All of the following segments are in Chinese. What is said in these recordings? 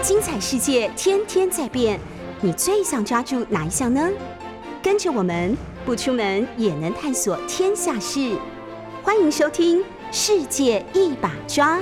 精彩世界天天在变，你最想抓住哪一项呢？跟着我们不出门也能探索天下事，欢迎收听《世界一把抓》。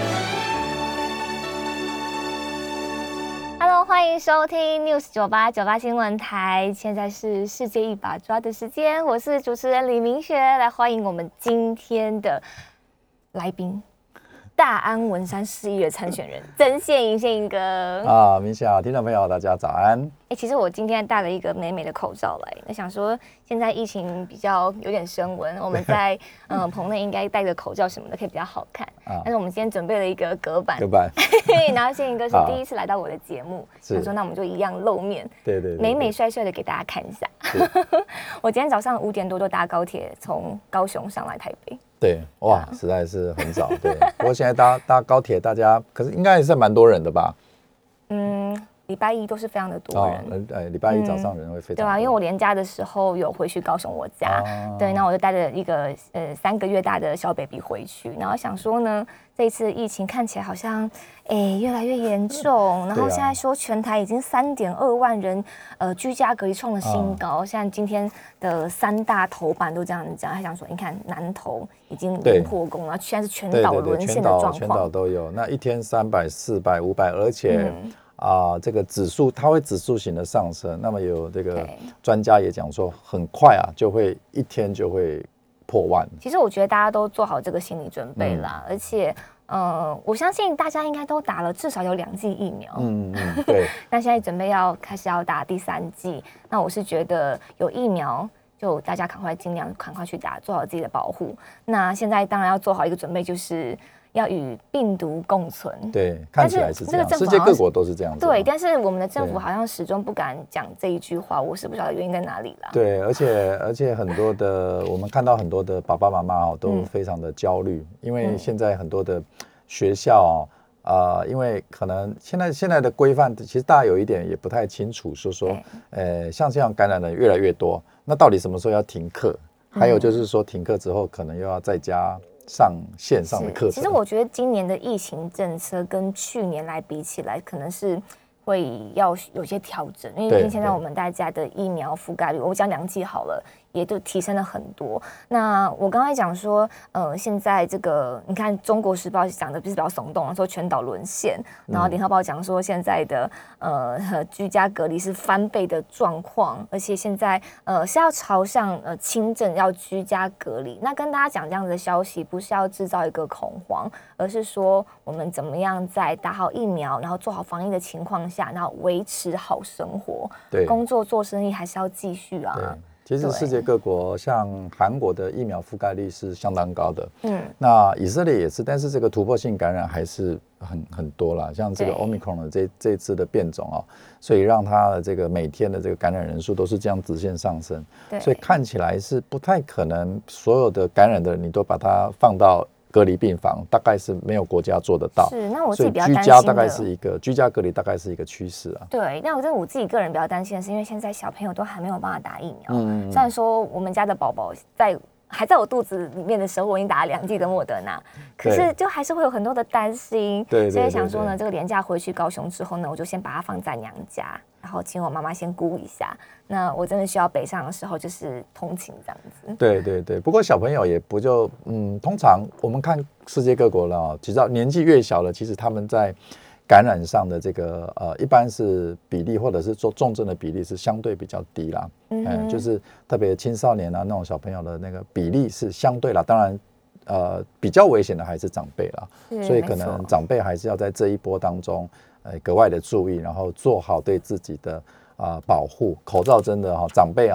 Hello， 欢迎收听 News 98新闻台，现在是世界一把抓的时间，我是主持人李明雪，来欢迎我们今天的来宾。大安文山市议的参选人曾宪营宪营哥啊，明显好，听众朋友大家早安。 其实我今天戴了一个美美的口罩来，那想说现在疫情比较有点升温，我们在棚内应该戴着口罩什么的可以比较好看。但是我们今天准备了一个隔板，然后宪营哥是第一次来到我的节目，想说那我们就一样露面，对，美美帅帅的给大家看一下。我今天早上5点多就搭高铁从高雄上来台北。 对，哇，实在是很早。对，不过现在搭高铁，大家可是应该也是蛮多人的吧？ 礼拜一都是非常的多人。 礼拜一早上人会非常多。 对啊，因为我连假的时候有回去高雄我家，对，那我就带着一个3个月大的小 baby 回去，然后想说呢，这一次疫情看起来好像越来越严重，然后现在说全台已经3.2万人居家隔离创了新高，现在今天的3大头版都这样讲，还想说你看南投已经零破功了，现在是全岛沦陷的状况， 全岛都有，那一天300、400、500，而且这个指数它会指数型的上升，那么有这个专家也讲说，很快就会一天就会破万。 其实我觉得大家都做好这个心理准备啦，而且我相信大家应该都打了至少有2剂疫苗。 对。 那现在准备开始要打第3剂，那我是觉得有疫苗就大家尽量赶快去打，做好自己的保护。那现在当然要做好一个准备，就是要与病毒共存。 对，看起来是这样，世界各国都是这样子。 对，但是我们的政府好像始终不敢讲这一句话，我是不晓得原因在哪里啦。 对，而且很多的我们看到很多的爸爸妈妈都非常的焦虑，因为现在很多的学校因为可能现在的规范，其实大家有一点也不太清楚，说像这样感染的越来越多，那到底什么时候要停课？还有就是说停课之后，可能又要在家上线上的课程。 其实我觉得今年的疫情政策跟去年来比起来，可能是会要有些调整，因为现在我们大家的疫苗覆盖率，我讲2剂好了，也都提升了很多。那我刚才讲说，现在这个你看《中国时报》讲的不是比较耸动，说全岛沦陷，然后《联合报》讲说现在的居家隔离是翻倍的状况，而且现在是要朝向轻症要居家隔离。那跟大家讲这样子的消息，不是要制造一个恐慌，而是说我们怎么样在打好疫苗，然后做好防疫的情况下，然后维持好生活，对，工作做生意还是要继续啊。 其实世界各国，像韩国的疫苗覆盖率是相当高的，那以色列也是，但是这个突破性感染还是很多啦，像这个 Omicron 的这次的变种所以让它的这个每天的这个感染人数都是这样直线上升，所以看起来是不太可能所有的感染的人你都把它放到隔离病房，大概是没有国家做得到。 是，那我自己比较担心的， 居家隔离大概是一个趋势啊。 对，那我自己个人比较担心的是，因为现在小朋友都还没有办法打疫苗。虽然说我们家的宝宝还在我肚子里面的时候，我已经打了2剂的莫德纳，可是就还是会有很多的担心。对，所以想说呢，这个连假回去高雄之后呢，我就先把它放在娘家，然后请我妈妈先顾一下。那我真的需要北上的时候，就是通勤这样子。 对。不过小朋友也不就通常我们看世界各国了，其实年纪越小了，其实他们在感染上的这个一般是比例或者是做重症的比例是相对比较低啦。就是特别青少年那种小朋友的那个比例是相对啦，当然比较危险的还是长辈啦，所以可能长辈还是要在这一波当中格外的注意，然后做好对自己的保护。口罩真的长辈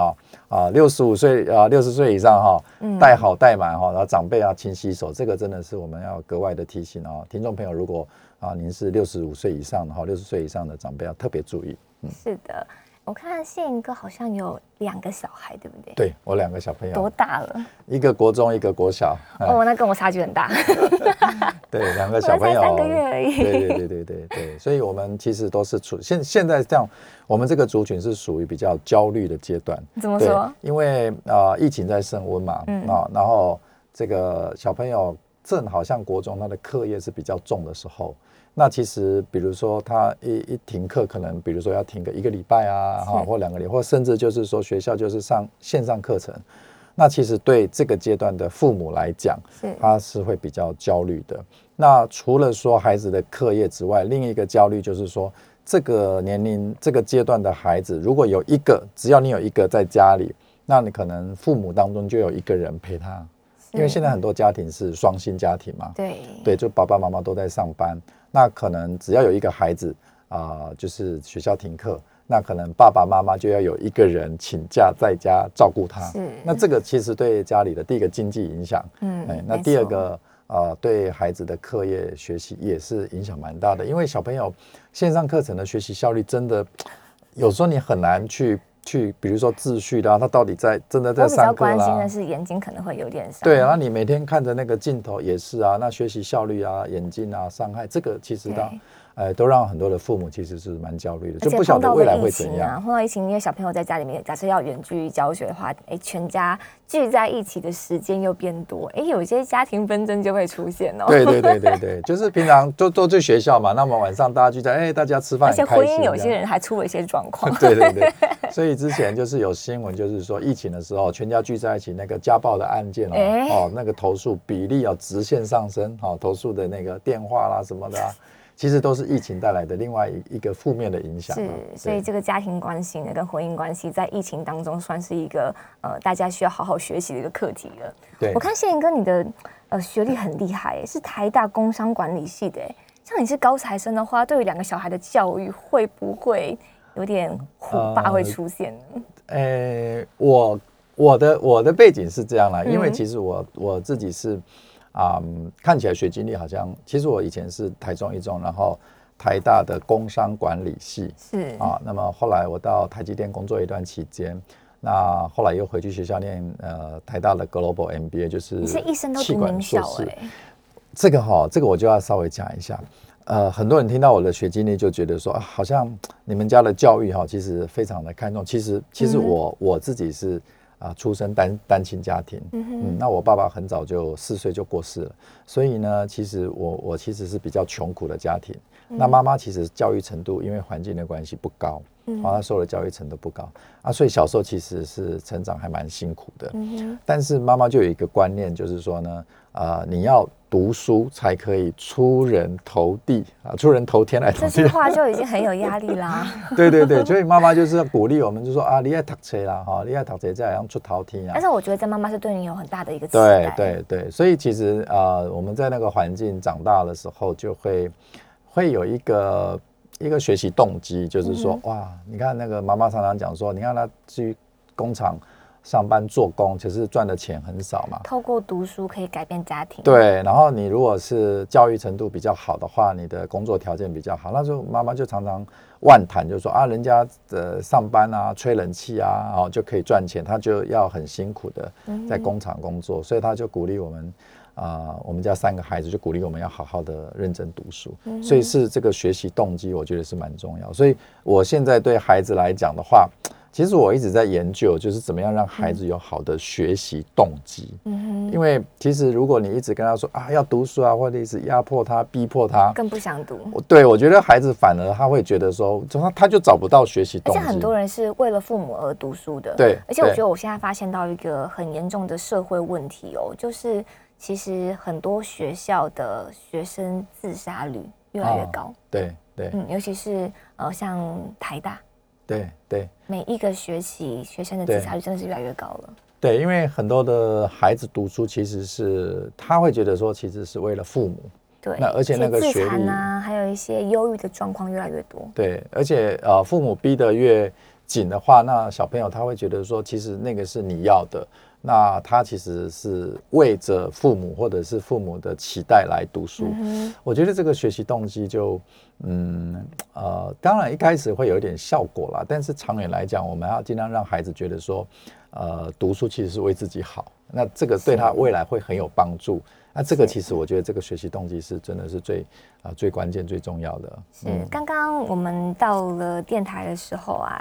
65岁60岁以上戴好戴满然后长辈要勤洗手，这个真的是我们要格外的提醒听众朋友，如果您是65岁以上的60岁以上的长辈要特别注意。 是的。我看宪营哥好像有2个小孩，对不对？ 对，我2个小朋友。 多大了？ 一个国中，一个国小。 那跟我差距很大。 对，2个小朋友， 我才3个月而已。 对，所以我们其实都是现在这样，我们这个族群是属于比较焦虑的阶段。 怎么说？ 因为疫情在升温嘛，然后这个小朋友正好像国中他的课业是比较重的时候，那其实比如说他一停课，可能比如说要停个1个礼拜啊，或2个礼拜，或甚至就是说学校就是上线上课程，那其实对这个阶段的父母来讲，他是会比较焦虑的。那除了说孩子的课业之外，另一个焦虑就是说，这个年龄这个阶段的孩子，如果有一个，只要你有一个在家里，那你可能父母当中就有一个人陪他，因为现在很多家庭是双薪家庭嘛，对，就爸爸妈妈都在上班，那可能只要有一个孩子就是学校停课，那可能爸爸妈妈就要有一个人请假在家照顾他，那这个其实对家里的第一个经济影响，那第二个对孩子的课业学习也是影响蛮大的，因为小朋友线上课程的学习效率真的有时候你很难去比如说秩序的他到底真的在上课啦。我比较关心的是眼睛可能会有点伤。 对啊，你每天看着那个镜头也是啊，那学习效率啊、眼睛啊伤害，这个其实都让很多的父母其实是蛮焦虑的，就不晓得未来会怎样。 碰到疫情，因为小朋友在家里面，假设要远距离教学的话，全家聚在一起的时间又变多，有些家庭纷争就会出现哦。 对，就是平常都去学校嘛，那么晚上大家聚在，大家吃饭很开心， 而且婚姻有些人还出了一些状况。 对，所以之前就是有新闻，就是说疫情的时候，全家聚在一起，那个家暴的案件那个投诉比例直线上升，投诉的那个电话啦什么的其实都是疫情带来的另外一个负面的影响。 是，所以这个家庭关系呢，跟婚姻关系在疫情当中算是一个大家需要好好学习的一个课题了。 对， 我看谢盈哥你的学历很厉害，是台大工商管理系的，像你是高材生的话，对于2个小孩的教育会不会有点虎爸会出现呢？ 我的背景是这样啦，因为其实我自己是。看起来学经历好像，其实我以前是台中一中，然后台大的工商管理系那么后来我到台积电工作一段期间，那后来又回去学校念台大的 Global MBA， 就是你是一生都读名校这个我就要稍微讲一下。很多人听到我的学经历就觉得说好像你们家的教育其实非常的看重，其实我自己是。出生单亲家庭，那我爸爸很早就4岁就过世了，所以呢，其实我其实是比较穷苦的家庭。那妈妈其实教育程度因为环境的关系不高，她受的教育程度不高所以小时候其实是成长还蛮辛苦的。但是妈妈就有一个观念，就是说呢，你要读书才可以出人头地出人头天来头地。 这句话就已经很有压力啦。 对，所以妈妈就是要鼓励我们，就说你要读书啦，你要读书这样出头天但是我觉得在妈妈是对你有很大的一个期待。 对，所以其实我们在那个环境长大的时候，就会有一个学习动机，就是说哇，你看那个妈妈常常讲说，你看她去工厂上班做工，其实赚的钱很少嘛。 透过读书可以改变家庭。 对，然后你如果是教育程度比较好的话，你的工作条件比较好，那就妈妈就常常万谈，就说人家上班吹冷气就可以赚钱，他就要很辛苦的在工厂工作，所以他就鼓励我们。我们家3个孩子就鼓励我们要好好的认真读书，所以是这个学习动机，我觉得是蛮重要。所以我现在对孩子来讲的话，其实我一直在研究，就是怎么样让孩子有好的学习动机。因为其实如果你一直跟他说要读书或者一直压迫他、逼迫他， 更不想读。 对，我觉得孩子反而他会觉得说，他就找不到学习动机。 而且很多人是为了父母而读书的。 对， 而且我觉得我现在发现到一个很严重的社会问题就是其实很多学校的学生自杀率越来越高。 对， 尤其是像台大。 对， 每一个学期学生的自杀率真的是越来越高了。 对，因为很多的孩子读书其实是他会觉得说，其实是为了父母。 对， 那而且那个学历还有一些忧郁的状况越来越多。 对，而且父母逼得越紧的话，那小朋友他会觉得说，其实那个是你要的，那他其实是为着父母或者是父母的期待来读书。我觉得这个学习动机就当然一开始会有一点效果啦，但是长远来讲，我们要尽量让孩子觉得说读书其实是为自己好，那这个对他未来会很有帮助。那这个其实我觉得这个学习动机是真的是最关键最重要的。 是刚刚我们到了电台的时候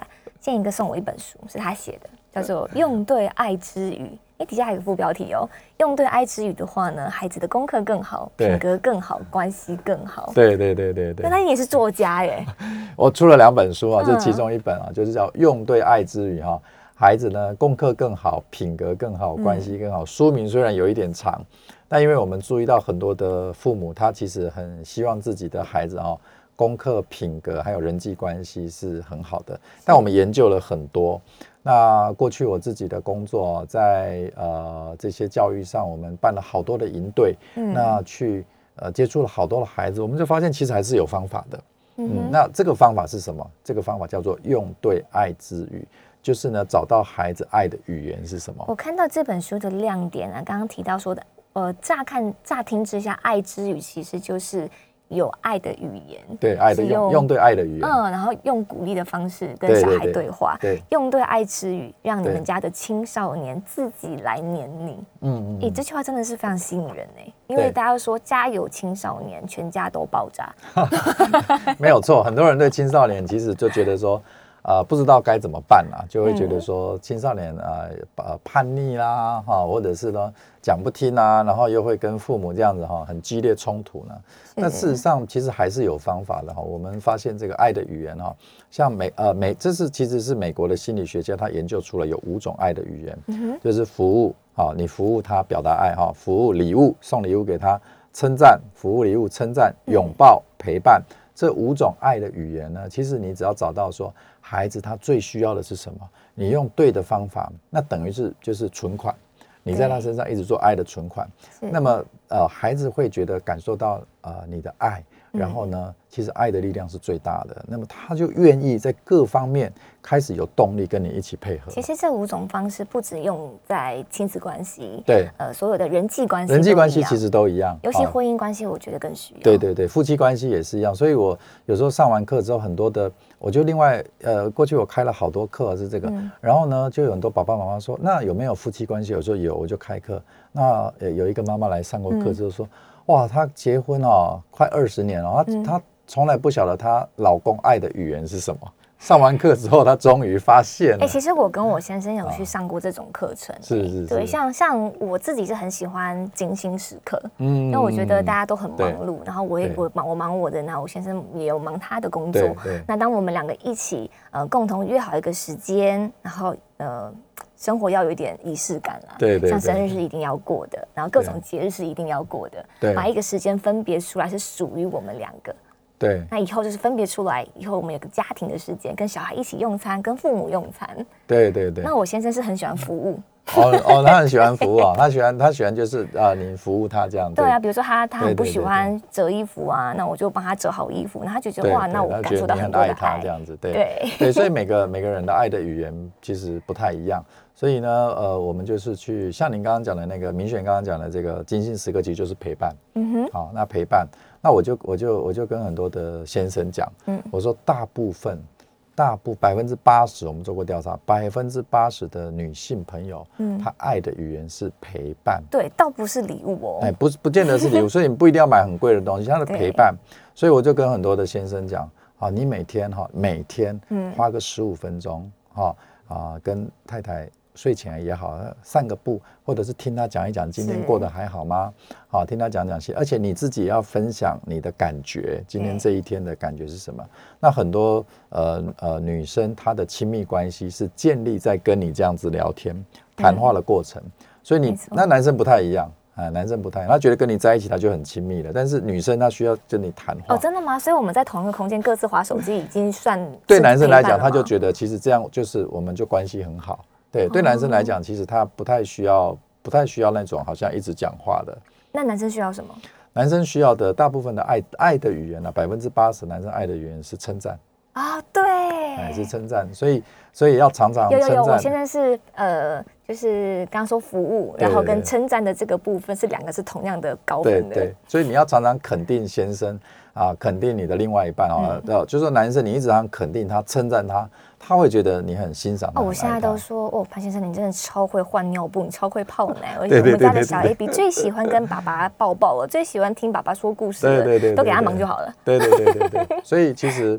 建一个送我一本书，是他写的，叫做《用对爱之语》。底下还有个副标题哦，用对爱之语的话呢，孩子的功课更好，品格更好，关系更好。 对。那他也是作家耶。 我出了2本书啊，这其中一本啊，就是叫《用对爱之语》哈，孩子呢功课更好，品格更好，关系更好。书名虽然有一点长，但因为我们注意到很多的父母，他其实很希望自己的孩子哈，功课、品格还有人际关系是很好的。但我们研究了很多。那过去我自己的工作在这些教育上，我们办了好多的营队，那去接触了好多的孩子，我们就发现其实还是有方法的。那这个方法是什么？这个方法叫做用对爱之语，就是呢找到孩子爱的语言是什么。 我看到这本书的亮点啊，刚刚提到说的，乍听之下，爱之语其实就是有爱的语言， 对，爱的用对爱的语言， 然后用鼓励的方式跟小孩对话， 对， 用对爱之语，让你们家的青少年自己来黏你。这句话真的是非常吸引人哎，因为大家都说家有青少年，全家都爆炸。 没有错，很多人对青少年其实就觉得说，不知道该怎么办啊，就会觉得说青少年叛逆啦，或者是呢讲不听啊，然后又会跟父母这样子很激烈冲突呢。那事实上其实还是有方法的哈。我们发现这个爱的语言像这其实是美国的心理学家他研究出了有5种爱的语言，就是服务你服务他表达爱服务礼物送礼物给他，称赞服务礼物称赞，拥抱陪伴。这5种爱的语言呢，其实你只要找到说孩子他最需要的是什么，你用对的方法，那等于就是存款，你在他身上一直做爱的存款，那么孩子会觉得感受到你的爱，然后呢，其实爱的力量是最大的，那么他就愿意在各方面开始有动力跟你一起配合。 其实这5种方式不只用在亲子关系， 对， 所有的人际关系其实都一样， 尤其婚姻关系，我觉得更需要。 对，夫妻关系也是一样。所以我有时候上完课之后，很多的，我就另外过去我开了好多课是这个，然后呢，就有很多爸爸妈妈说，那有没有夫妻关系？我说有，我就开课。那有一个妈妈来上过课，就是说，哇，她结婚快20年了，她从来不晓得她老公爱的语言是什么。上完课之后，她终于发现了。 其实我跟我先生有去上过这种课程， 是， 对，像我自己是很喜欢精心时刻，因为我觉得大家都很忙碌，然后我忙我的，那我先生也有忙他的工作，那当我们2个一起共同约好一个时间，然后生活要有一点仪式感啦， 对， 像生日是一定要过的，然后各种节日是一定要过的，把一个时间分别出来是属于我们2个。 对， 那以后就是分别出来，以后我们有个家庭的时间，跟小孩一起用餐，跟父母用餐。 对。 那我先生是很喜欢服务。 他很喜欢服务他喜欢就是你服务他这样。 对啊，比如说他很不喜欢折衣服啊，那我就帮他折好衣服，那他就觉得哇，那我感受到很多的爱这样子。对，所以每个人的爱的语言其实不太一样。所以呢，我们就是去像您刚刚讲的那个明璇刚刚讲的这个精心时刻，其实就是陪伴。好，那陪伴，那我就跟很多的先生讲，我说大部分80%，我们做过调查，80%的女性朋友，她爱的语言是陪伴。 对，倒不是礼物不见得是礼物，所以你不一定要买很贵的东西，她的陪伴。所以我就跟很多的先生讲，你每天花个15分钟，跟太太睡前也好，散个步，或者是听他讲一讲今天过得还好吗？好，听他讲讲，而且你自己也要分享你的感觉，今天这一天的感觉是什么？那很多女生她的亲密关系是建立在跟你这样子聊天谈话的过程，所以那男生不太一样。男生不太，他觉得跟你在一起他就很亲密了，但是女生她需要跟你谈话。 真的吗？所以我们在同一个空间各自滑手机，已经算对男生来讲，他就觉得其实这样就是我们就关系很好。对男生来讲，其实他不太需要那种好像一直讲话的。 那男生需要什么？ 男生需要的大部分的爱的语言80%男生爱的语言是称赞。对，是称赞，所以要常常称赞。 有，我现在是就是刚刚说服务，然后跟称赞的这个部分是2个是同样的高分的。 对，所以你要常常肯定先生肯定你的另外一半就是说男生你一直常肯定他，称赞他，他会觉得你很欣赏他。 我现在都说潘先生，你真的超会换尿布，你超会泡奶，而且我们家的小 AB 最喜欢跟爸爸抱抱了，最喜欢听爸爸说故事了，都给他忙就好了。 对，所以其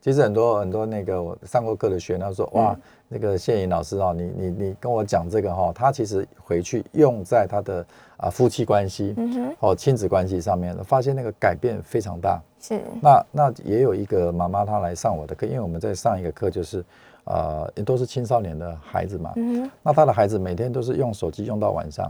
其实很多那个我上过课的学员他说哇，那个谢颖老师哦，你跟我讲这个哈，他其实回去用在他的夫妻关系亲子关系上面，发现那个改变非常大。 是那也有一个妈妈她来上我的课，因为我们在上一个课就是也都是青少年的孩子嘛，那他的孩子每天都是用手机用到晚上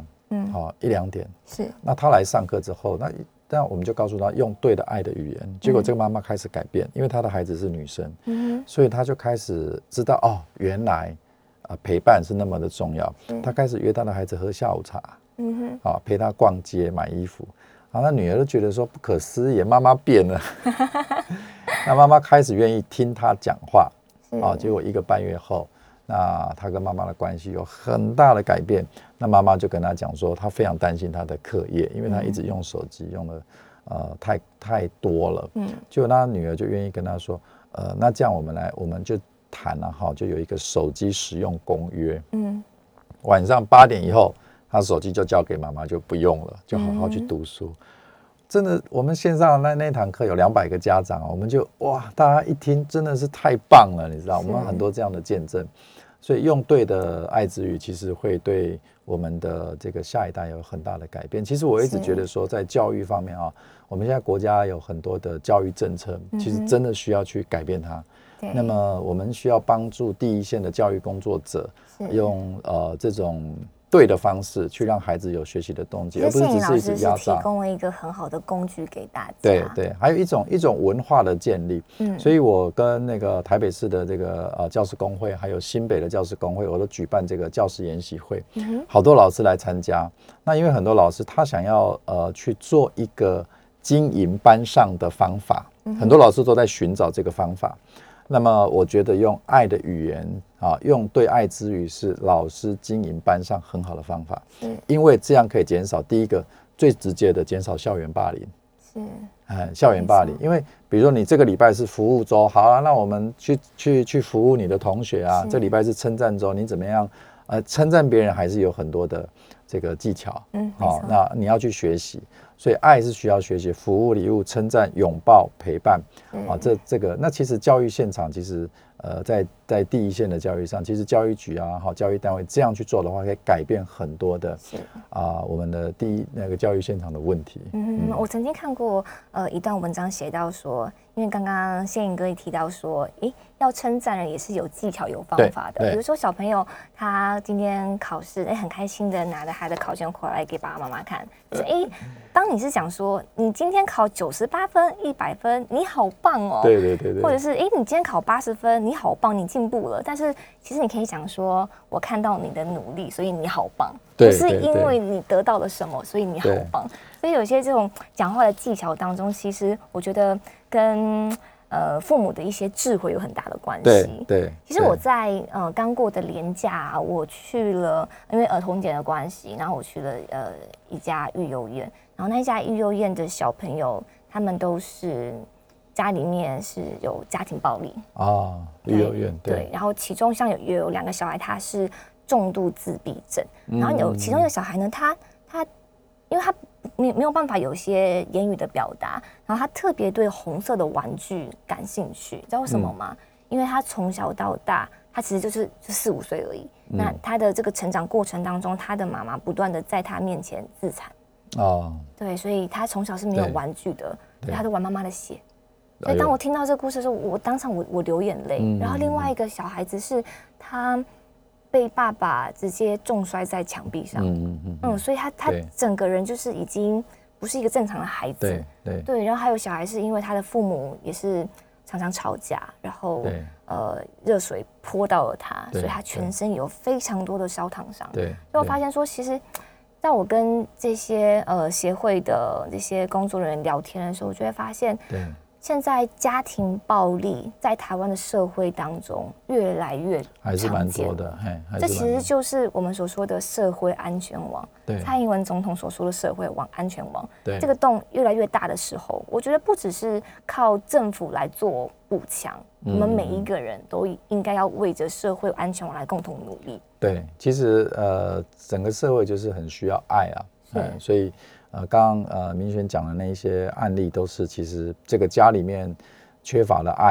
1、2点， 是那他来上课之后，那我们就告诉他用对的爱的语言，结果这个妈妈开始改变，因为她的孩子是女生，所以她就开始知道哦，原来陪伴是那么的重要。她开始约她的孩子喝下午茶，陪他逛街买衣服，然后那女儿就觉得说不可思议，妈妈变了，那妈妈开始愿意听她讲话，结果1个半月后。那他跟妈妈的关系有很大的改变，那妈妈就跟他讲说，他非常担心他的课业，因为他一直用手机用的太多了，结果他女儿就愿意跟他说，那这样我们就谈了哈，就有一个手机使用公约，晚上8点以后，他手机就交给妈妈，就不用了，就好好去读书。真的，我们线上那堂课有200个家长，我们就哇，大家一听真的是太棒了，你知道，我们很多这样的见证，所以用对的爱之语，其实会对我们的这个下一代有很大的改变。其实我一直觉得说，在教育方面我们现在国家有很多的教育政策，其实真的需要去改变它。那么我们需要帮助第一线的教育工作者，用这种对的方式去让孩子有学习的动机，而不是只是一直压榨。 提供了一个很好的工具给大家。 对，还有一种文化的建立。所以我跟那个台北市的这个教师工会，还有新北的教师工会，我都举办这个教师研习会，好多老师来参加。那因为很多老师他想要去做一个经营班上的方法，很多老师都在寻找这个方法。那么我觉得用爱的语言用对爱之语是老师经营班上很好的方法，因为这样可以减少第一个最直接的减少校园霸凌。校园霸凌，因为比如说你这个礼拜是服务周，好啊，那我们去服务你的同学啊，这礼拜是称赞周，你怎么样？称赞别人还是有很多的这个技巧，那你要去学习，所以爱是需要学习，服务、礼物、称赞、拥抱、陪伴，这个，那其实教育现场其实在第一线的教育上，其实教育局教育单位这样去做的话，可以改变很多的我们的那个教育现场的问题。 我曾经看过一段文章写到说，因为刚刚谢颖哥也提到说，要称赞人也是有技巧有方法的。比如说小朋友他今天考试，很开心的拿着他的考卷回来给爸爸妈妈看，当你是讲说你今天考98分、100分，你好棒哦，对，或者是你今天考80分，你好棒，你进步了。但是其实你可以讲说，我看到你的努力，所以你好棒，不是因为你得到了什么，所以你好棒。所以有些这种讲话的技巧当中，其实我觉得跟父母的一些智慧有很大的关系。对，其实我在刚过的连假，我去了，因为儿童节的关系，然后我去了一家育幼院，然后那家育幼院的小朋友，他们都是家里面是有家庭暴力育幼院对， 然后其中像有2个小孩，他是重度自闭症，然后其中一个小孩呢，他因为他没有办法有些言语的表达，然后他特别对红色的玩具感兴趣，你知道为什么吗？因为他从小到大，他其实就4、5岁而已。那他的这个成长过程当中，他的妈妈不断的在他面前自残。对，所以他从小是没有玩具的，所以他都玩妈妈的血。所以当我听到这个故事的时候，我当场我流眼泪。然后另外一个小孩子是他被爸爸直接重摔在墙壁上，所以他整个人就是已经不是一个正常的孩子，对。然后还有小孩是因为他的父母也是常常吵架，然后热水泼到了他，所以他全身有非常多的烧烫伤。对，所以我发现说，其实在我跟这些协会的这些工作人员聊天的时候，我就会发现，现在家庭暴力在台湾的社会当中越来越还是蛮多的， 这其实就是我们所说的社会安全网。蔡英文总统所说的社会网安全网，这个洞越来越大的时候，我觉得不只是靠政府来做补强，我们每一个人都应该要为着社会安全网来共同努力。 对，其实整个社会就是很需要爱所以刚刚明轩讲的那一些案例都是其实这个家里面缺乏了爱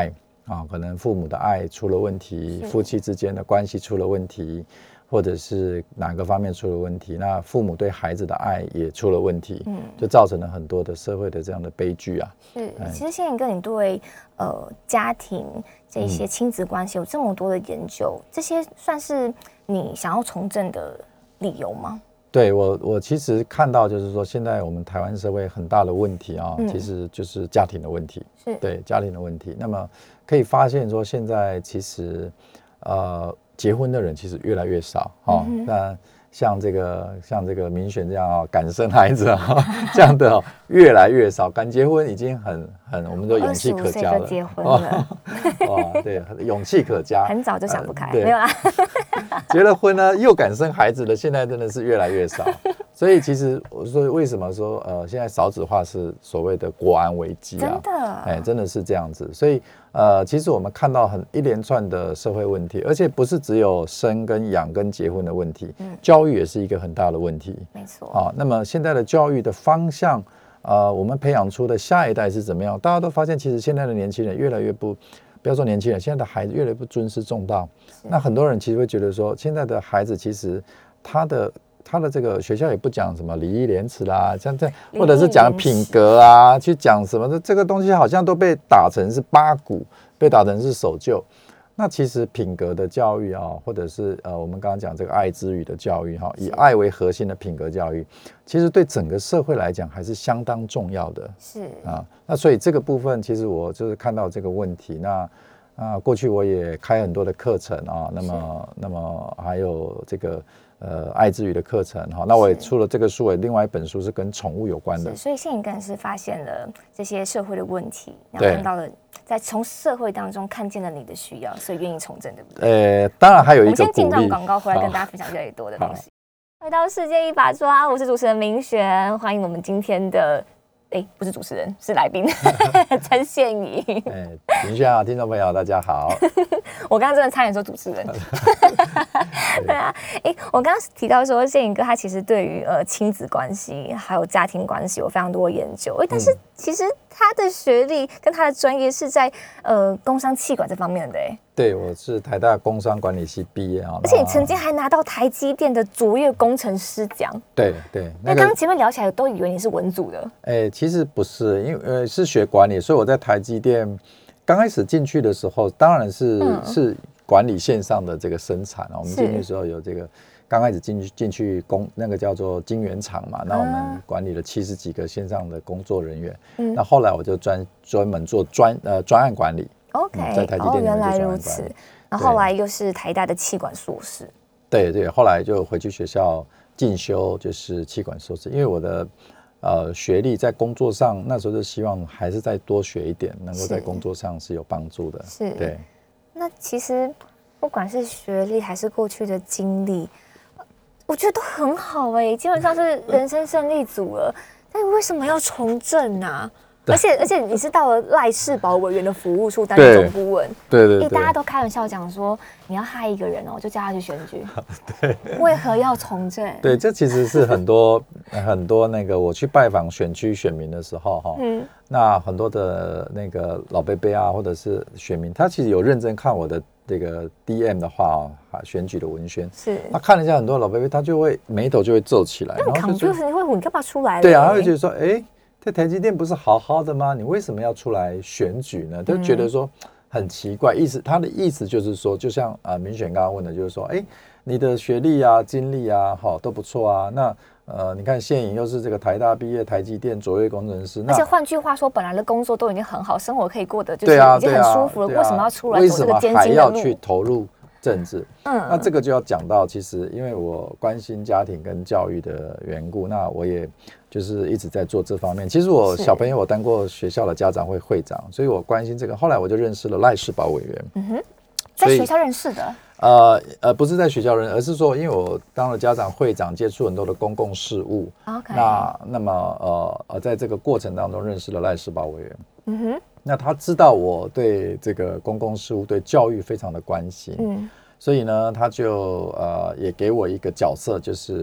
可能父母的爱出了问题，夫妻之间的关系出了问题，或者是哪个方面出了问题，那父母对孩子的爱也出了问题，就造成了很多的社会的这样的悲剧啊。 是，其实宪颖哥，你对家庭这些亲子关系有这么多的研究，这些算是你想要从政的理由吗？ 对，我其实看到就是说，现在我们台湾社会很大的问题啊，其实就是家庭的问题，对家庭的问题。那么可以发现说，现在其实结婚的人其实越来越少那像这个民选这样敢生孩子这样的越来越少，敢结婚已经很我们说勇气可嘉了。25岁就结婚了， 哇，对，勇气可嘉， 很早就想不开，没有啦。 结了婚呢，又敢生孩子的，现在真的是越来越少。所以其实我说，为什么说现在少子化是所谓的国安危机啊？ 真的， 真的是这样子。所以其实我们看到一连串的社会问题，而且不是只有生跟养跟结婚的问题，教育也是一个很大的问题。 没错。 那么现在的教育的方向，我们培养出的下一代是怎么样？大家都发现，其实现在的年轻人越来越不要说年轻人，现在的孩子越来越不尊师重道。那很多人其实会觉得说，现在的孩子其实他的这个学校也不讲什么礼义廉耻啦，像这或者是讲品格啊，去讲什么的，这个东西好像都被打成是八股，被打成是守旧。那其实品格的教育或者是我们刚刚讲这个爱之语的教育以爱为核心的品格教育，其实对整个社会来讲还是相当重要的。 是那所以这个部分其实我就是看到这个问题。那过去我也开很多的课程那么还有这个爱之语的课程那我也出了这个书，另外一本书是跟宠物有关的。 所以宪颖哥是发现了这些社会的问题，然后看到了在从社会当中看见了你的需要，所以愿意从政，对不对？ 当然还有一个鼓励。 我们先进段广告，回来跟大家分享越来越多的东西。回到世界一把抓，我是主持人明璇，欢迎我们今天的不是主持人，是来宾陈宪颖。 明璇听众朋友大家好。 我刚刚真的差点说主持人。对啊，我刚刚提到说宪颖哥他其实对于亲子关系还有家庭关系有非常多研究，但是其实他的学历跟他的专业是在工商企管这方面的。 对，我是台大工商管理系毕业而且你曾经还拿到台积电的卓越工程师奖。 对， 那刚刚前面聊起来都以为你是文组的。 其实不是，因为是学管理，所以我在台积电刚开始进去的时候，当然是管理线上的这个生产我们进去的时候有这个刚开始进去那个叫做晶圆厂嘛，那我们管理了70几个线上的工作人员。那后来我就专门做专案管理。 OK， 在台积电原来如此。然后后来又是台大的企管硕士。 对，后来就回去学校进修，就是企管硕士。因为我的学历在工作上那时候就希望还是再多学一点，能够在工作上是有帮助的。 是， 对。 那其实不管是学历还是过去的经历，我觉得都很好基本上是人生胜利组了。但是为什么要从政啊？而且你是到了赖士葆委员的服务处担任总顾问。对，大家都开玩笑讲说，你要害一个人就叫他去选举。对，为何要从政？ 对，这其实是很多那个我去拜访选区选民的时候那很多的那个老伯伯或者是选民，他其实有认真看我的这个 DM 的话选举的文宣是， 他看了一下很多老伯伯，他就会眉头就会皱起来。 那你 confuse 你会你干嘛出来了？ 对啊，他会觉得说在台积电不是好好的吗？你为什么要出来选举呢？就觉得说很奇怪。他的意思就是说，就像明璇刚刚问的，就是说，你的学历经历都不错啊。那你看宪颖又是这个台大毕业，台积电卓越工程师。 而且换句话说，本来的工作都已经很好，生活可以过得就是已经很舒服了，为什么要出来走这个艰辛的路？ 为什么还要去投入政治？那这个就要讲到，其实因为我关心家庭跟教育的缘故，那我也就是一直在做这方面。其实我小朋友我当过学校的家长会会长，所以我关心这个。后来我就认识了赖士葆委员。 在学校认识的？ 不是在学校认识，而是说因为我当了家长会长，接触很多的公共事务。 OK。 那么在这个过程当中认识了赖士葆委员。那他知道我对这个公共事务、对教育非常的关心。所以呢，他就也给我一个角色，就是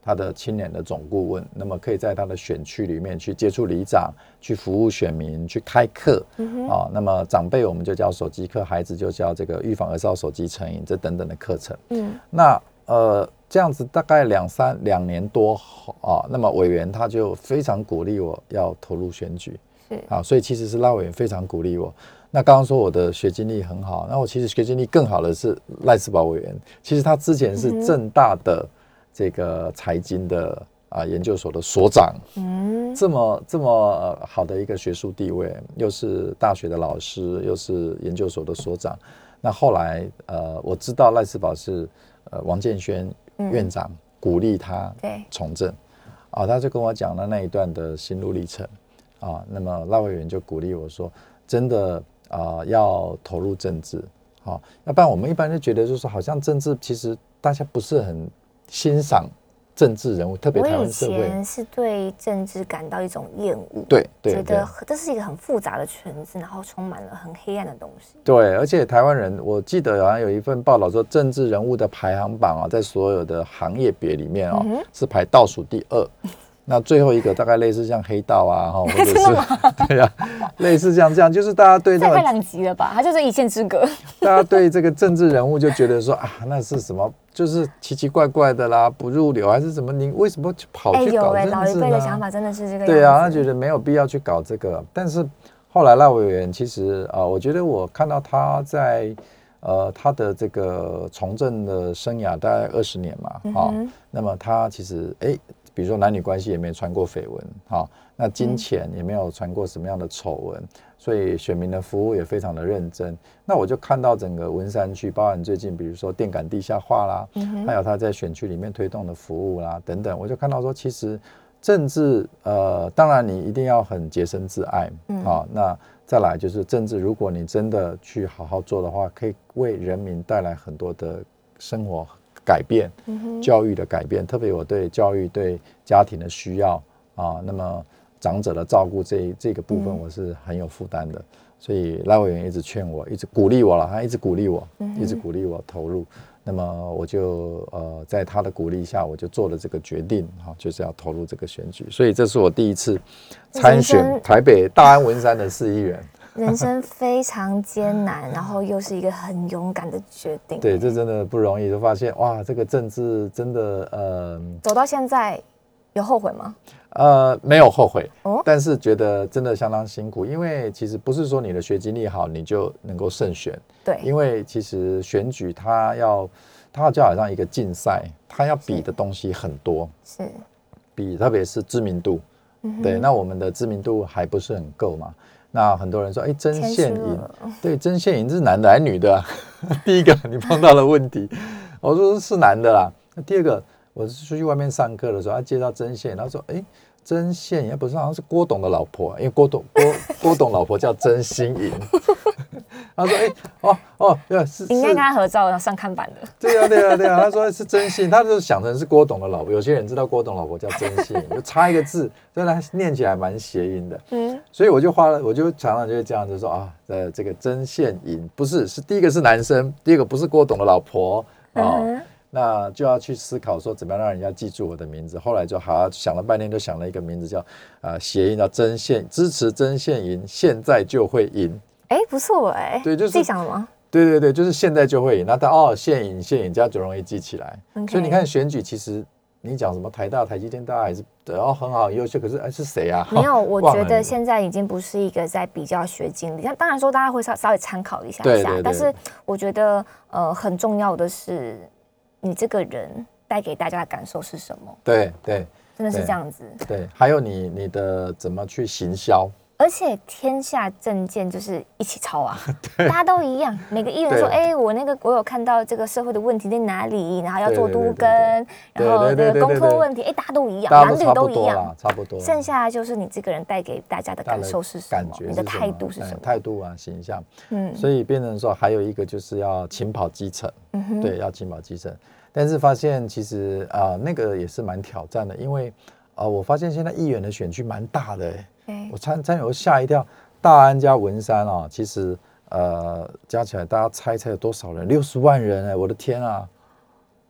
他的青年的总顾问，那么可以在他的选区里面去接触里长，去服务选民，去开课那么长辈我们就教手机课，孩子就教这个预防儿少手机成瘾这等等的课程。那这样子大概2年多那么委员他就非常鼓励我要投入选举，所以其实是赖委员非常鼓励我。那刚刚说我的学经历很好，那我其实学经历更好的是赖士葆委员，其实他之前是政大的这个财经的研究所的所长，这么好的一个学术地位，又是大学的老师，又是研究所的所长。那后来我知道赖士葆是王建煊院长鼓励他从政他就跟我讲了那一段的心路历程那么赖委员就鼓励我说，真的要投入政治要不然我们一般就觉得就是好像政治其实大家不是很欣赏政治人物，特别台湾社会。我以前是对政治感到一种厌恶， 对， 觉得这是一个很复杂的圈子，然后充满了很黑暗的东西。 对，而且台湾人，我记得好像有一份报道说，政治人物的排行榜在所有的行业别里面是排倒数第2。那最后一个大概类似像黑道或者是对类似像这样，就是大家对这太2级了吧？他就是一线之隔。 大家对这个政治人物就觉得说那是什么，就是奇奇怪怪的啦，不入流还是什么？你为什么跑去搞政治呢？ 老一辈的想法真的是这个样子。 对他觉得没有必要去搞这个。但是后来赖委员其实我觉得我看到他在他的这个从政的生涯大概20年嘛那么他其实比如说男女关系也没有传过绯闻那金钱也没有传过什么样的丑闻，所以选民的服务也非常的认真。那我就看到整个文山区，包含最近比如说电感地下化啦还有他在选区里面推动的服务啦等等，我就看到说其实政治当然你一定要很洁身自爱那再来就是政治，如果你真的去好好做的话，可以为人民带来很多的生活改变教育的改变，特别我对教育对家庭的需要那么长者的照顾这个部分我是很有负担的，所以赖委员一直劝我，一直鼓励我了，他一直鼓励我一直鼓励我投入，那么我就在他的鼓励下，我就做了这个决定就是要投入这个选举，所以这是我第一次参选台北大安文山的市议员。 人生非常艰难，然后又是一个很勇敢的决定。 对，这真的不容易，就发现哇，这个政治真的走到现在有后悔吗？ 没有后悔但是觉得真的相当辛苦，因为其实不是说你的学经历好你就能够胜选。 对， 因为其实选举它就好像一个竞赛，它要比的东西很多，是比特别是知名度。对，那我们的知名度还不是很够嘛。那很多人说曾宪颖，对，曾宪颖是男的还是女的第一个你碰到的问题我说是男的啦。那第二个我是出去外面上课的时候他介绍曾宪颖，他说曾宪颖不是好像是郭董的老婆因为郭董老婆叫曾心颖他说应该跟他合照上看板的。 对啊他说是曾心颖，他就想成是郭董的老婆，有些人知道郭董老婆叫曾心颖就差一个字，所以他念起来蛮谐音的所以我就常常就会这样子说这个曾宪颖不是第一个是男生，第二个不是郭董的老婆那就要去思考说怎么样让人家记住我的名字。后来就想了半天，就想了一个名字叫谐音叫曾宪，支持曾宪颖，现在就会赢。 不错对，就是自己想的吗？ 对，就是现在就会赢。那宪颖这样就容易记起来。所以你看选举，其实你讲什么台大、台积电，大家还是很好很优秀，可是是谁啊？ 没有，我觉得现在已经不是一个在比较学经历，当然说大家会稍微参考一下对， 但是我觉得很重要的是你这个人带给大家的感受是什么？对，真的是这样子。 对，还有你的怎么去行销。 而且天下政见就是一起抄大家都一样，每个议员说我有看到这个社会的问题在哪里，然后要做都更，然后这个公托问题大家都一样，男女都一样，差不多。剩下就是你这个人带给大家的感受是什么，你的态度是什么？态度形象所以变成说还有一个就是要勤跑基层对，要勤跑基层。但是发现其实那个也是蛮挑战的，因为我发现现在议员的选区蛮大的我参与吓一跳，大安加文山其实加起来大家猜有多少人？60万人我的天啊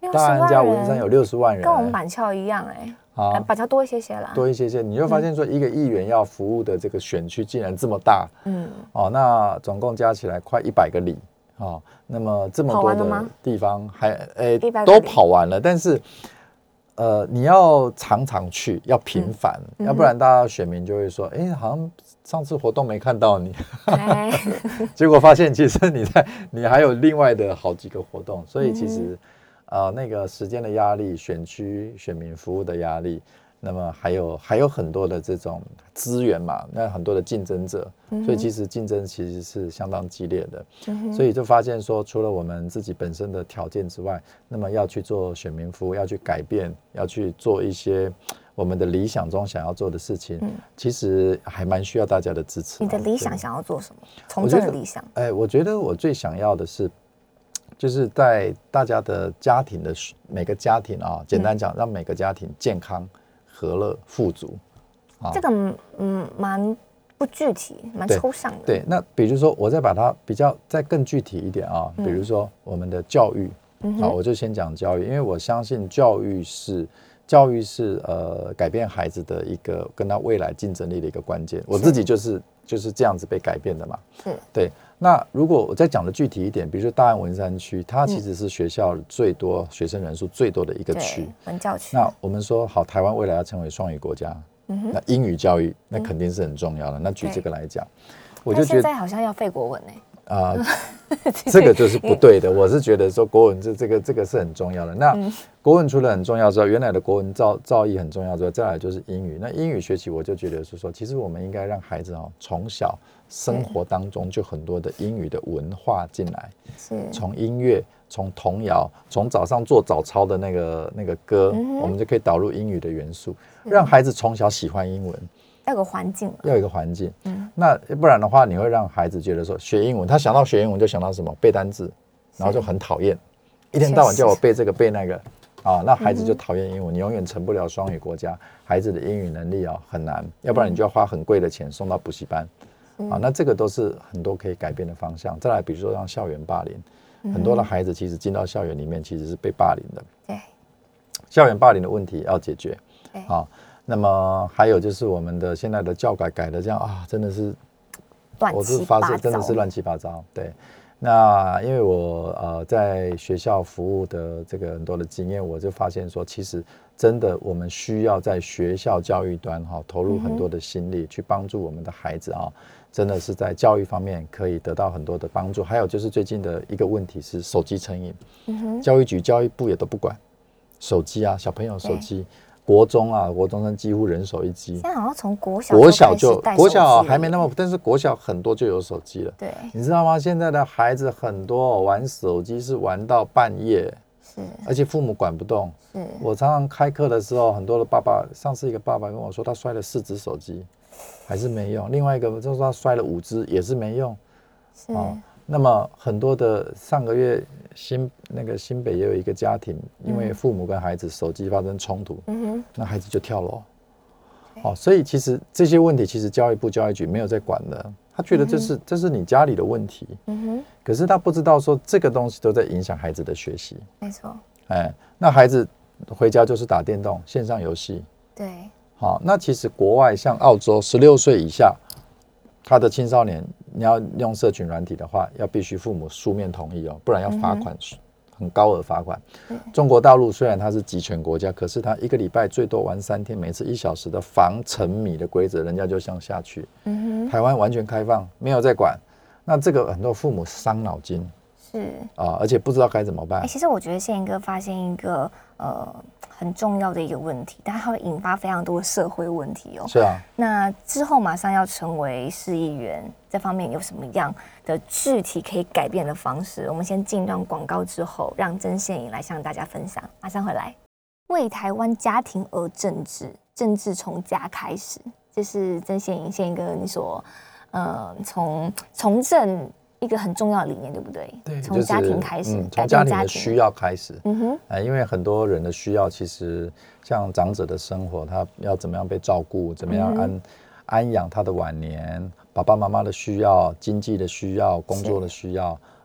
大安加文山有60万人， 跟我们板桥一样板桥多一些啦， 多一些，你就发现说1个议员要服务的这个选区竟然这么大，那总共加起来快100个里，那么这么多的地方都跑完了，但是你要常常去，要频繁，要不然大家选民就会说，好像上次活动没看到你，结果发现其实你还有另外的好几个活动，所以其实那个时间的压力、选区选民服务的压力，那么还有很多的这种资源嘛，那很多的竞争者，所以其实竞争其实是相当激烈的，所以就发现说，除了我们自己本身的条件之外，那么要去做选民服务，要去改变，要去做一些我们的理想中想要做的事情，其实还蛮需要大家的支持。 你的理想想要做什么？从政的理想？ 我觉得我最想要的是，就是在大家的家庭的每个家庭简单讲，让每个家庭健康、和乐、富足。 这个蛮不具体，蛮抽象的。 对，那比如说我再把它再更具体一点比如说我们的教育，我就先讲教育，因为我相信教育是改变孩子的一个跟他未来竞争力的一个关键。我自己就是这样子被改变的嘛。对。那如果我再讲的具体一点，比如说大安文山区，它其实是学校最多学生人数最多的一个区， 文教区。 那我们说好，台湾未来要成为双语国家，那英语教育那肯定是很重要的。那举这个来讲，我就觉得现在好像要废国文这个就是不对的。我是觉得说国文这个是很重要的。那国文除了很重要之外，原来的国文造诣很重要之外，再来就是英语。那英语学习，我就觉得是说，其实我们应该让孩子从小生活当中就很多的英语的文化进来，从音乐、从童谣、从早上做早操的那个歌，我们就可以导入英语的元素，让孩子从小喜欢英文。 要有个环境， 那不然的话，你会让孩子觉得说学英文，他想到学英文就想到什么背单字，然后就很讨厌，一天到晚叫我背这个背那个那孩子就讨厌英文，你永远成不了双语国家。孩子的英语能力很难，要不然你就要花很贵的钱送到补习班那这个都是很多可以改变的方向。再来，比如说让校园霸凌，很多的孩子其实进到校园里面其实是被霸凌的， 对， 校园霸凌的问题要解决，那么还有就是我们的现在的教改的这样真的是，我是发现真的是乱七八糟。对，那因为我在学校服务的这个很多的经验，我就发现说，其实真的我们需要在学校教育端投入很多的心力，去帮助我们的孩子真的是在教育方面可以得到很多的帮助。还有就是最近的一个问题是手机成瘾，教育局、教育部也都不管手机小朋友手机。国中生几乎人手一机， 现在好像从国小还没那么，但是国小很多就有手机了。 对， 你知道吗？现在的孩子很多玩手机是玩到半夜，而且父母管不动。我常常开课的时候，很多的爸爸，上次一个爸爸跟我说，他摔了4只手机，还是没用；另外一个就是他摔了5只，也是没用。那么很多的上个月新北也有一个家庭，因为父母跟孩子手机发生冲突，那孩子就跳楼。所以其实这些问题，其实教育部、教育局没有在管的，他觉得这是你家里的问题，可是他不知道说这个东西都在影响孩子的学习。 没错。 那孩子回家就是打电动、线上游戏。 对。 那其实国外像澳洲16岁以下，他的青少年你要用社群软体的话，要必须父母书面同意不然要罚款，很高额罚款。中国大陆虽然它是集权国家，可是它1个礼拜最多玩3天，每次1小时的防沉迷的规则，人家就像下去。台湾完全开放，没有在管，那这个很多父母伤脑筋，而且不知道该怎么办。 其实我觉得宪哥发现一个很重要的一个问题，但它会引发非常多的社会问题是啊。 那之后马上要成为市议员，这方面有什么样的具体可以改变的方式？我们先进段广告之后，让曾宪颖来向大家分享。马上回来。为台湾家庭而政治，政治从家开始，这是曾宪颖宪哥你所从政一个很重要的理念，对不对？ 对， 从家庭开始， 从家庭的需要开始。因为很多人的需要，其实像长者的生活，他要怎么样被照顾，怎么样安养他的晚年，爸爸妈妈的需要，经济的需要，工作的需要，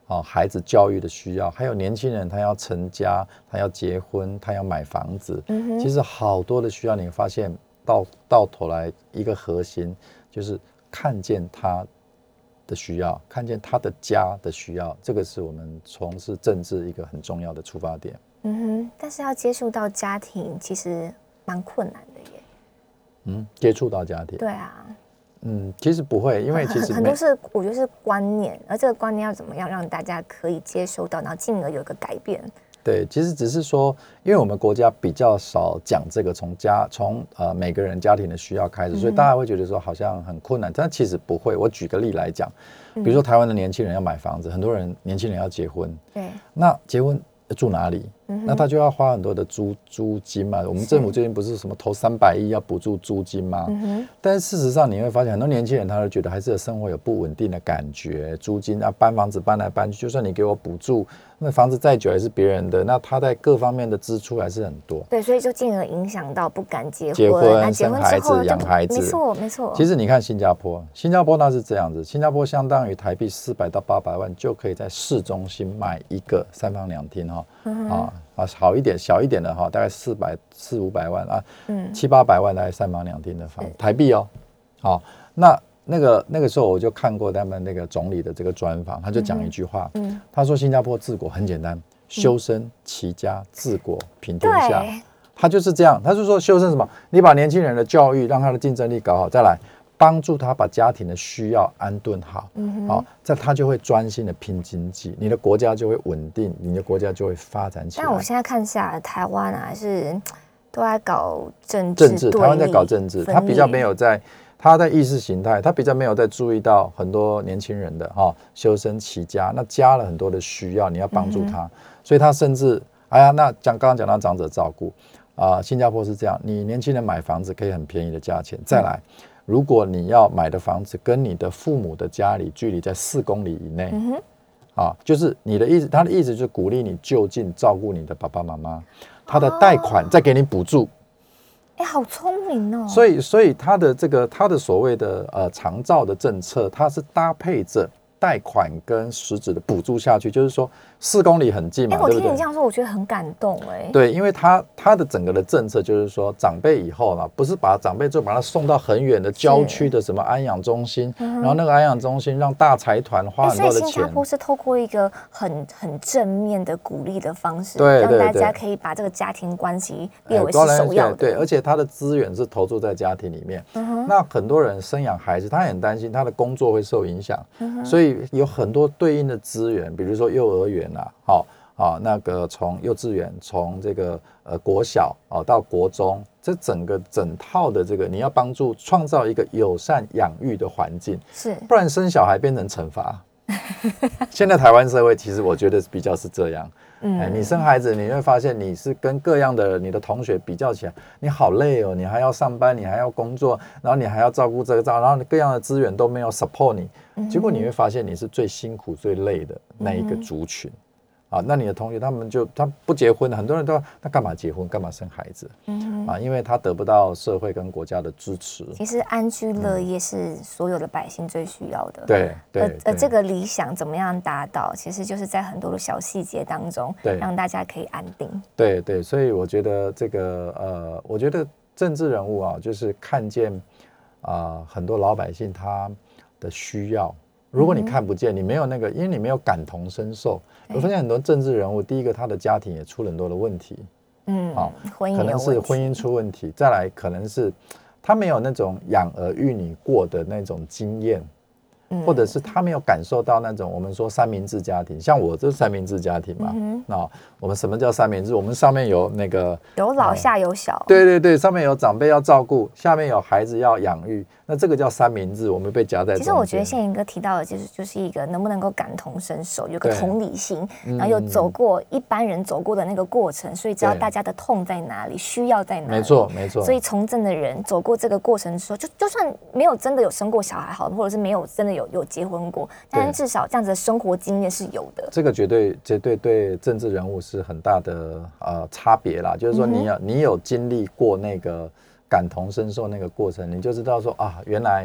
孩子教育的需要，还有年轻人他要成家，他要结婚，他要买房子，其实好多的需要，你发现到头来一个核心就是看见他的需要，看见他的家的需要，这个是我们从事政治一个很重要的出发点。 但是要接触到家庭其实蛮困难的耶。 接触到家庭， 对啊。 其实不会，因为其实很多是我觉得是观念，而这个观念要怎么样让大家可以接受到，然后进而有一个改变。 对，其实只是说，因为我们国家比较少讲这个从每个人家庭的需要开始，所以大家会觉得说好像很困难，但其实不会。我举个例来讲，比如说台湾的年轻人要买房子，很多年轻人要结婚，对，那结婚住哪里？那他就要花很多的租金嘛。我们政府最近不是什么投300亿要补助租金吗？但是事实上你会发现，很多年轻人他都觉得还是生活有不稳定的感觉，租金搬房子搬来搬去，就算你给我补助，那房子再久也是别人的，那他在各方面的支出还是很多。 对，所以就进而影响到不敢结婚、生孩子、养孩子。 没错，没错。 其实你看新加坡那是这样子，新加坡相当于台币400到800万就可以在市中心买一个3房2厅好一点小一点的大概400、500万700、800万大概3房2厅的房台币那个时候我就看过他们那个总理的这个专访，他就讲一句话，他说新加坡治国很简单，修身齐家治国平天下，他就是这样，他就说修身什么，你把年轻人的教育让他的竞争力搞好，再来帮助他把家庭的需要安顿好，这他就会专心的拼经济，你的国家就会稳定，你的国家就会发展起来。 但我现在看下来，台湾是都在搞政治， 台湾在搞政治，他比较没有他在意识形态，他比较没有在注意到很多年轻人的修身齐家，那加了很多的需要，你要帮助他，所以他甚至那刚刚讲到长者照顾新加坡是这样，你年轻人买房子可以很便宜的价钱，再来。如果你要买的房子跟你的父母的家里距离在4公里以内，就是你的意思，他的意思就是鼓励你就近照顾你的爸爸妈妈，他的贷款再给你补助， 好聪明哦。 所以他的所谓的长照的政策，它是搭配着贷款跟实质的补助下去，就是说4公里很近嘛， 我听你这样说，我觉得很感动对，因为他的整个的政策就是说，长辈以后呢，不是把长辈就把他送到很远的郊区的什么安养中心，然后那个安养中心让大财团花很多的钱。 所以新加坡是透过一个很正面的鼓励的方式， 对， 让大家可以把这个家庭关系列为是首要的。 对，而且他的资源是投注在家庭里面。那很多人生养孩子，他很担心他的工作会受影响，所以有很多对应的资源，比如说幼儿园那个从幼稚园，从这个国小到国中，这整套的这个你要帮助创造一个友善养育的环境，不然生小孩变成惩罚。现在台湾社会其实我觉得比较是这样，你生孩子你会发现你是跟各样的你的同学比较起来，你好累哦，你还要上班，你还要工作，然后你还要照顾这个然后你各样的资源都没有 support 你，结果你会发现你是最辛苦最累的那一个族群。那你的同学他不结婚，很多人都那干嘛结婚，干嘛生孩子？因为他得不到社会跟国家的支持。 其实安居乐业是所有的百姓最需要的。 对。 而这个理想怎么样达到，其实就是在很多的小细节当中，让大家可以安定。 对，所以我觉得这个我觉得政治人物就是看见很多老百姓他的需要。如果你看不见，你没有那个，因为你没有感同身受。我发现很多政治人物，第一个他的家庭也出了很多的问题，可能是婚姻出问题，再来可能是他没有那种养儿育女过的那种经验，或者是他没有感受到那种我们说三明治家庭，像我这是三明治家庭嘛，我们什么叫三明治？我们上面有那个有老下有小， 对，上面有长辈要照顾，下面有孩子要养育，那这个叫三明治，我们被夹在中间。 其实我觉得宪盈哥提到的就是一个能不能够感同身受，有个同理心，然后有走过一般人走过的那个过程，所以知道大家的痛在哪里，需要在哪里。 没错。 所以从政的人走过这个过程之后，就算没有真的有生过小孩好，或者是没有真的有结婚过，但是至少这样子的生活经验是有的。 这个绝对对政治人物是很大的差别啦，就是说你有经历过那个感同身受那个过程，你就知道说原来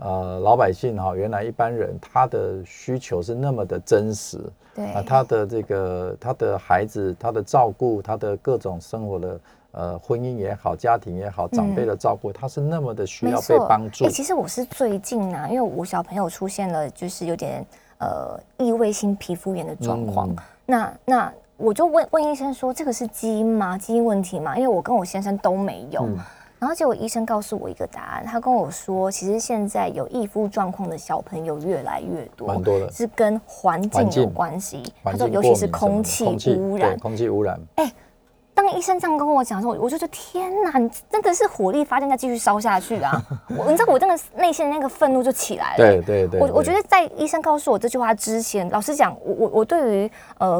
老百姓原来一般人他的需求是那么的真实， 对他的他的孩子，他的照顾，他的各种生活的婚姻也好，家庭也好，长辈的照顾，他是那么的需要被帮助。 其实我是最近因为我小朋友出现了就是有点异位性皮肤炎的状况，那我就问医生说，这个是基因吗？基因问题吗？因为我跟我先生都没有。然后结果医生告诉我一个答案，他跟我说，其实现在有易肤状况的小朋友越来越多， 蛮多的， 是跟环境有关系。他说，尤其是空气污染， 空气污染。 当医生这样跟我讲的时候，我就觉得天哪，你真的是火力发电再继续烧下去啊！你知道我真的内心的那个愤怒就起来了。对，我觉得在医生告诉我这句话之前，老实讲，我对于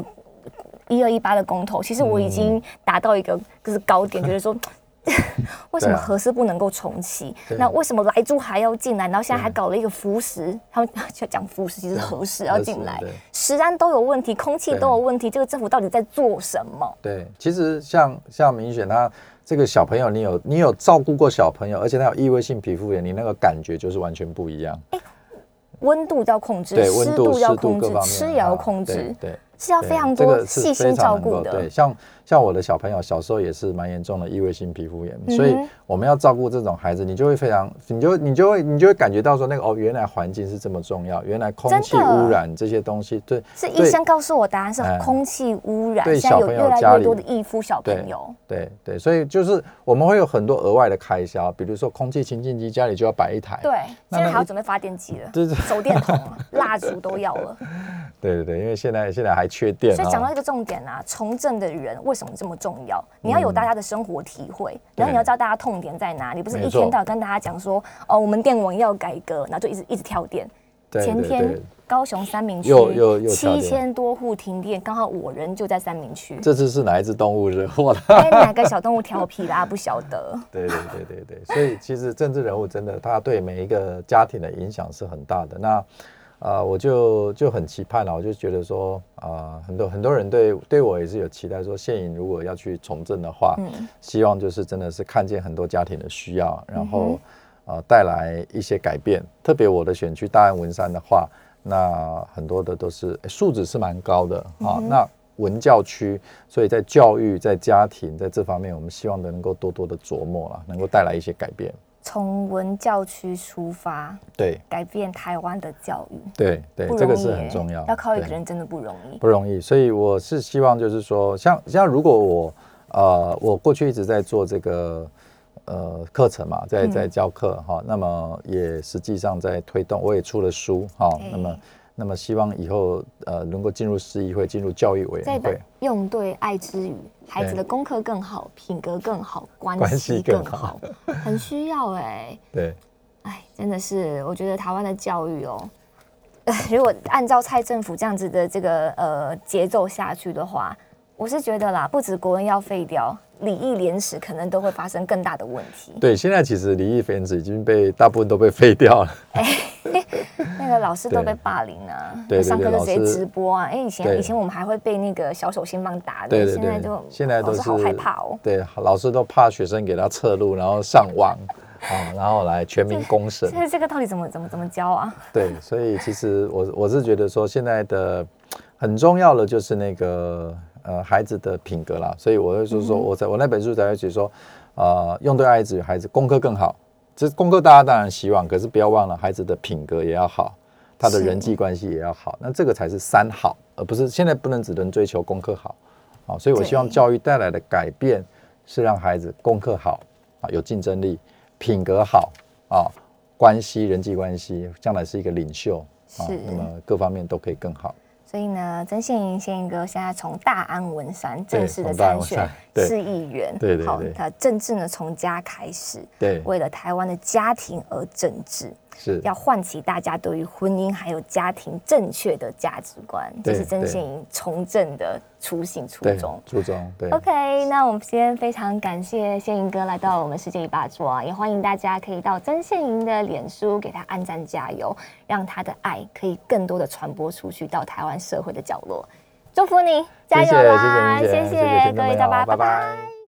1218的公投，其实我已经达到一个就是高点，觉得说。为什么核四不能够重启？那为什么莱猪还要进来？然后现在还搞了一个福食，他们就讲福食，其实核四要进来，食安都有问题，空气都有问题，这个政府到底在做什么？ 对，其实像明选他这个小朋友，你有照顾过小朋友，而且他有异位性皮肤炎，你那个感觉就是完全不一样。 温度要控制，湿度要控制，吃也要控制，对。是要非常多细心照顾的。 对，像我的小朋友小时候也是蛮严重的异位性皮肤炎，所以我们要照顾这种孩子，你就会非常，你就会感觉到说那个原来环境是这么重要，原来空气污染这些东西，对， 是医生告诉我答案是空气污染，现在有越来越多的易肤小朋友， 对，所以就是我们会有很多额外的开销，比如说空气清净机家里就要摆一台， 对，现在还要准备发电机了，手电筒、蜡烛都要了， 对，因为现在还缺电， 所以讲到一个重点啊，从政的人为什么这么重要？你要有大家的生活体会，然后你要知道大家痛点在哪里，不是一天到晚跟大家讲说我们电网要改革，然后就一直跳电。前天高雄三民区7000多户停电，刚好我人就在三民区。 这次是哪一只动物惹祸了？ 哪个小动物调皮啦？不晓得。 对，所以其实政治人物真的，他对每一个家庭的影响是很大的。那我就很期盼了，我就觉得说很多人对我也是有期待，说现营如果要去从政的话，希望就是真的是看见很多家庭的需要，然后带来一些改变。特别我的选区大安文山的话，那很多的都是素质是蛮高的那文教区，所以在教育、在家庭在这方面，我们希望能够多多的琢磨啦，能够带来一些改变。 从文教区出发， 对， 改变台湾的教育， 对，这个是很重要。 要靠一个人真的不容易， 所以我是希望就是说，像如果我过去一直在做这个课程嘛，在教课那么也实际上在推动，我也出了书那么希望以后能够进入市议会，进入教育委员会， 用对爱之语，孩子的功课更好，品格更好，关系更好，很需要对， 真的是，我觉得台湾的教育如果按照蔡政府这样子的这个节奏下去的话，我是觉得啦，不止国文要废掉，礼义廉耻可能都会发生更大的问题。 对，现在其实礼义廉耻已经大部分都被废掉了。 那个老师都被霸凌啊，上课就直接直播啊。以前我们还会被那个小手心棒打的， 对，现在都是好害怕对，老师都怕学生给他侧录，然后上网然后来全民公审。 现在这个到底怎么教啊？ 对，所以其实我是觉得说，现在的很重要的就是那个孩子的品格啦。所以我会说我那本书才会写说，用对爱之语，孩子功课更好。这功课大家当然希望，可是不要忘了孩子的品格也要好，他的人际关系也要好，那这个才是3好，而不是现在不能只能追求功课好。所以我希望教育带来的改变是让孩子功课好有竞争力，品格好关系人际关系将来是一个领袖那么各方面都可以更好。 所以呢，曾宪营宪营哥现在从大安文山正式的参选市议员， 对， 好，他政治呢从家开始， 对， 为了台湾的家庭而政治， 是要唤起大家对于婚姻还有家庭正确的价值观，这是曾宪营从政的初衷。 对。 OK， 那我们今天非常感谢宪营哥来到我们世界一把抓，也欢迎大家可以到曾宪营的脸书给他按赞加油，让他的爱可以更多的传播出去到台湾社会的角落。祝福你，加油啦！谢谢各位，大家拜拜。